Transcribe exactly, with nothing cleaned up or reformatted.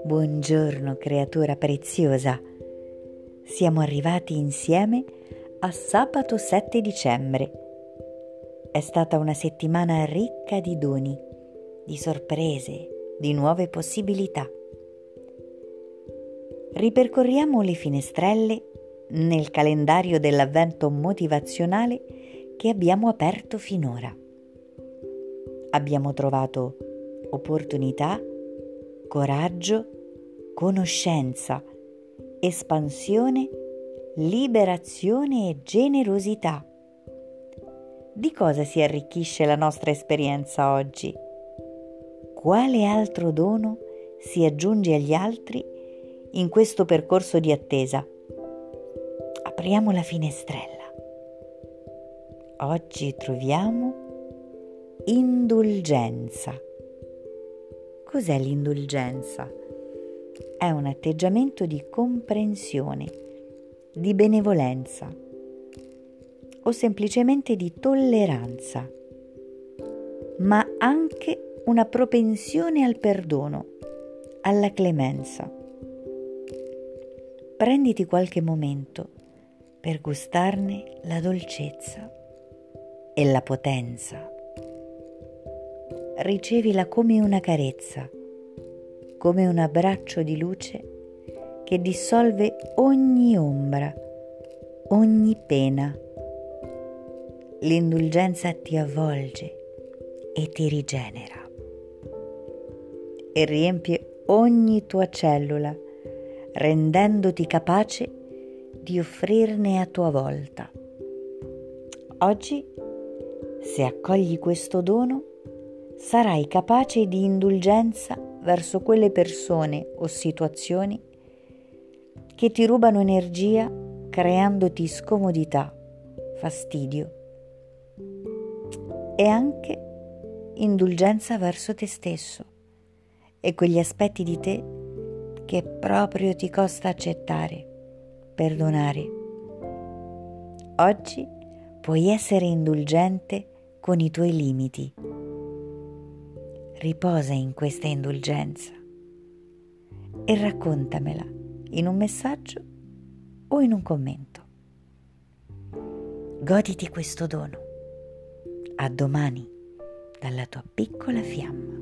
Buongiorno creatura preziosa, siamo arrivati insieme a sabato sette dicembre. È stata una settimana ricca di doni, di sorprese, di nuove possibilità. Ripercorriamo le finestrelle nel calendario dell'avvento motivazionale che abbiamo aperto finora. Abbiamo trovato opportunità, coraggio, conoscenza, espansione, liberazione e generosità. Di cosa si arricchisce la nostra esperienza oggi? Quale altro dono si aggiunge agli altri in questo percorso di attesa? Apriamo la finestrella. Oggi troviamo indulgenza. Cos'è l'indulgenza? È un atteggiamento di comprensione, di benevolenza o semplicemente di tolleranza, ma anche una propensione al perdono, alla clemenza. Prenditi qualche momento per gustarne la dolcezza e la potenza. Ricevila come una carezza, come un abbraccio di luce che dissolve ogni ombra, ogni pena. L'indulgenza ti avvolge e ti rigenera e riempie ogni tua cellula, rendendoti capace di offrirne a tua volta. Oggi, se accogli questo dono, sarai capace di indulgenza verso quelle persone o situazioni che ti rubano energia creandoti scomodità, fastidio e anche indulgenza verso te stesso e quegli aspetti di te che proprio ti costa accettare, perdonare. Oggi puoi essere indulgente con i tuoi limiti. Riposa in questa indulgenza e raccontamela in un messaggio o in un commento. Goditi questo dono. A domani dalla tua piccola fiamma.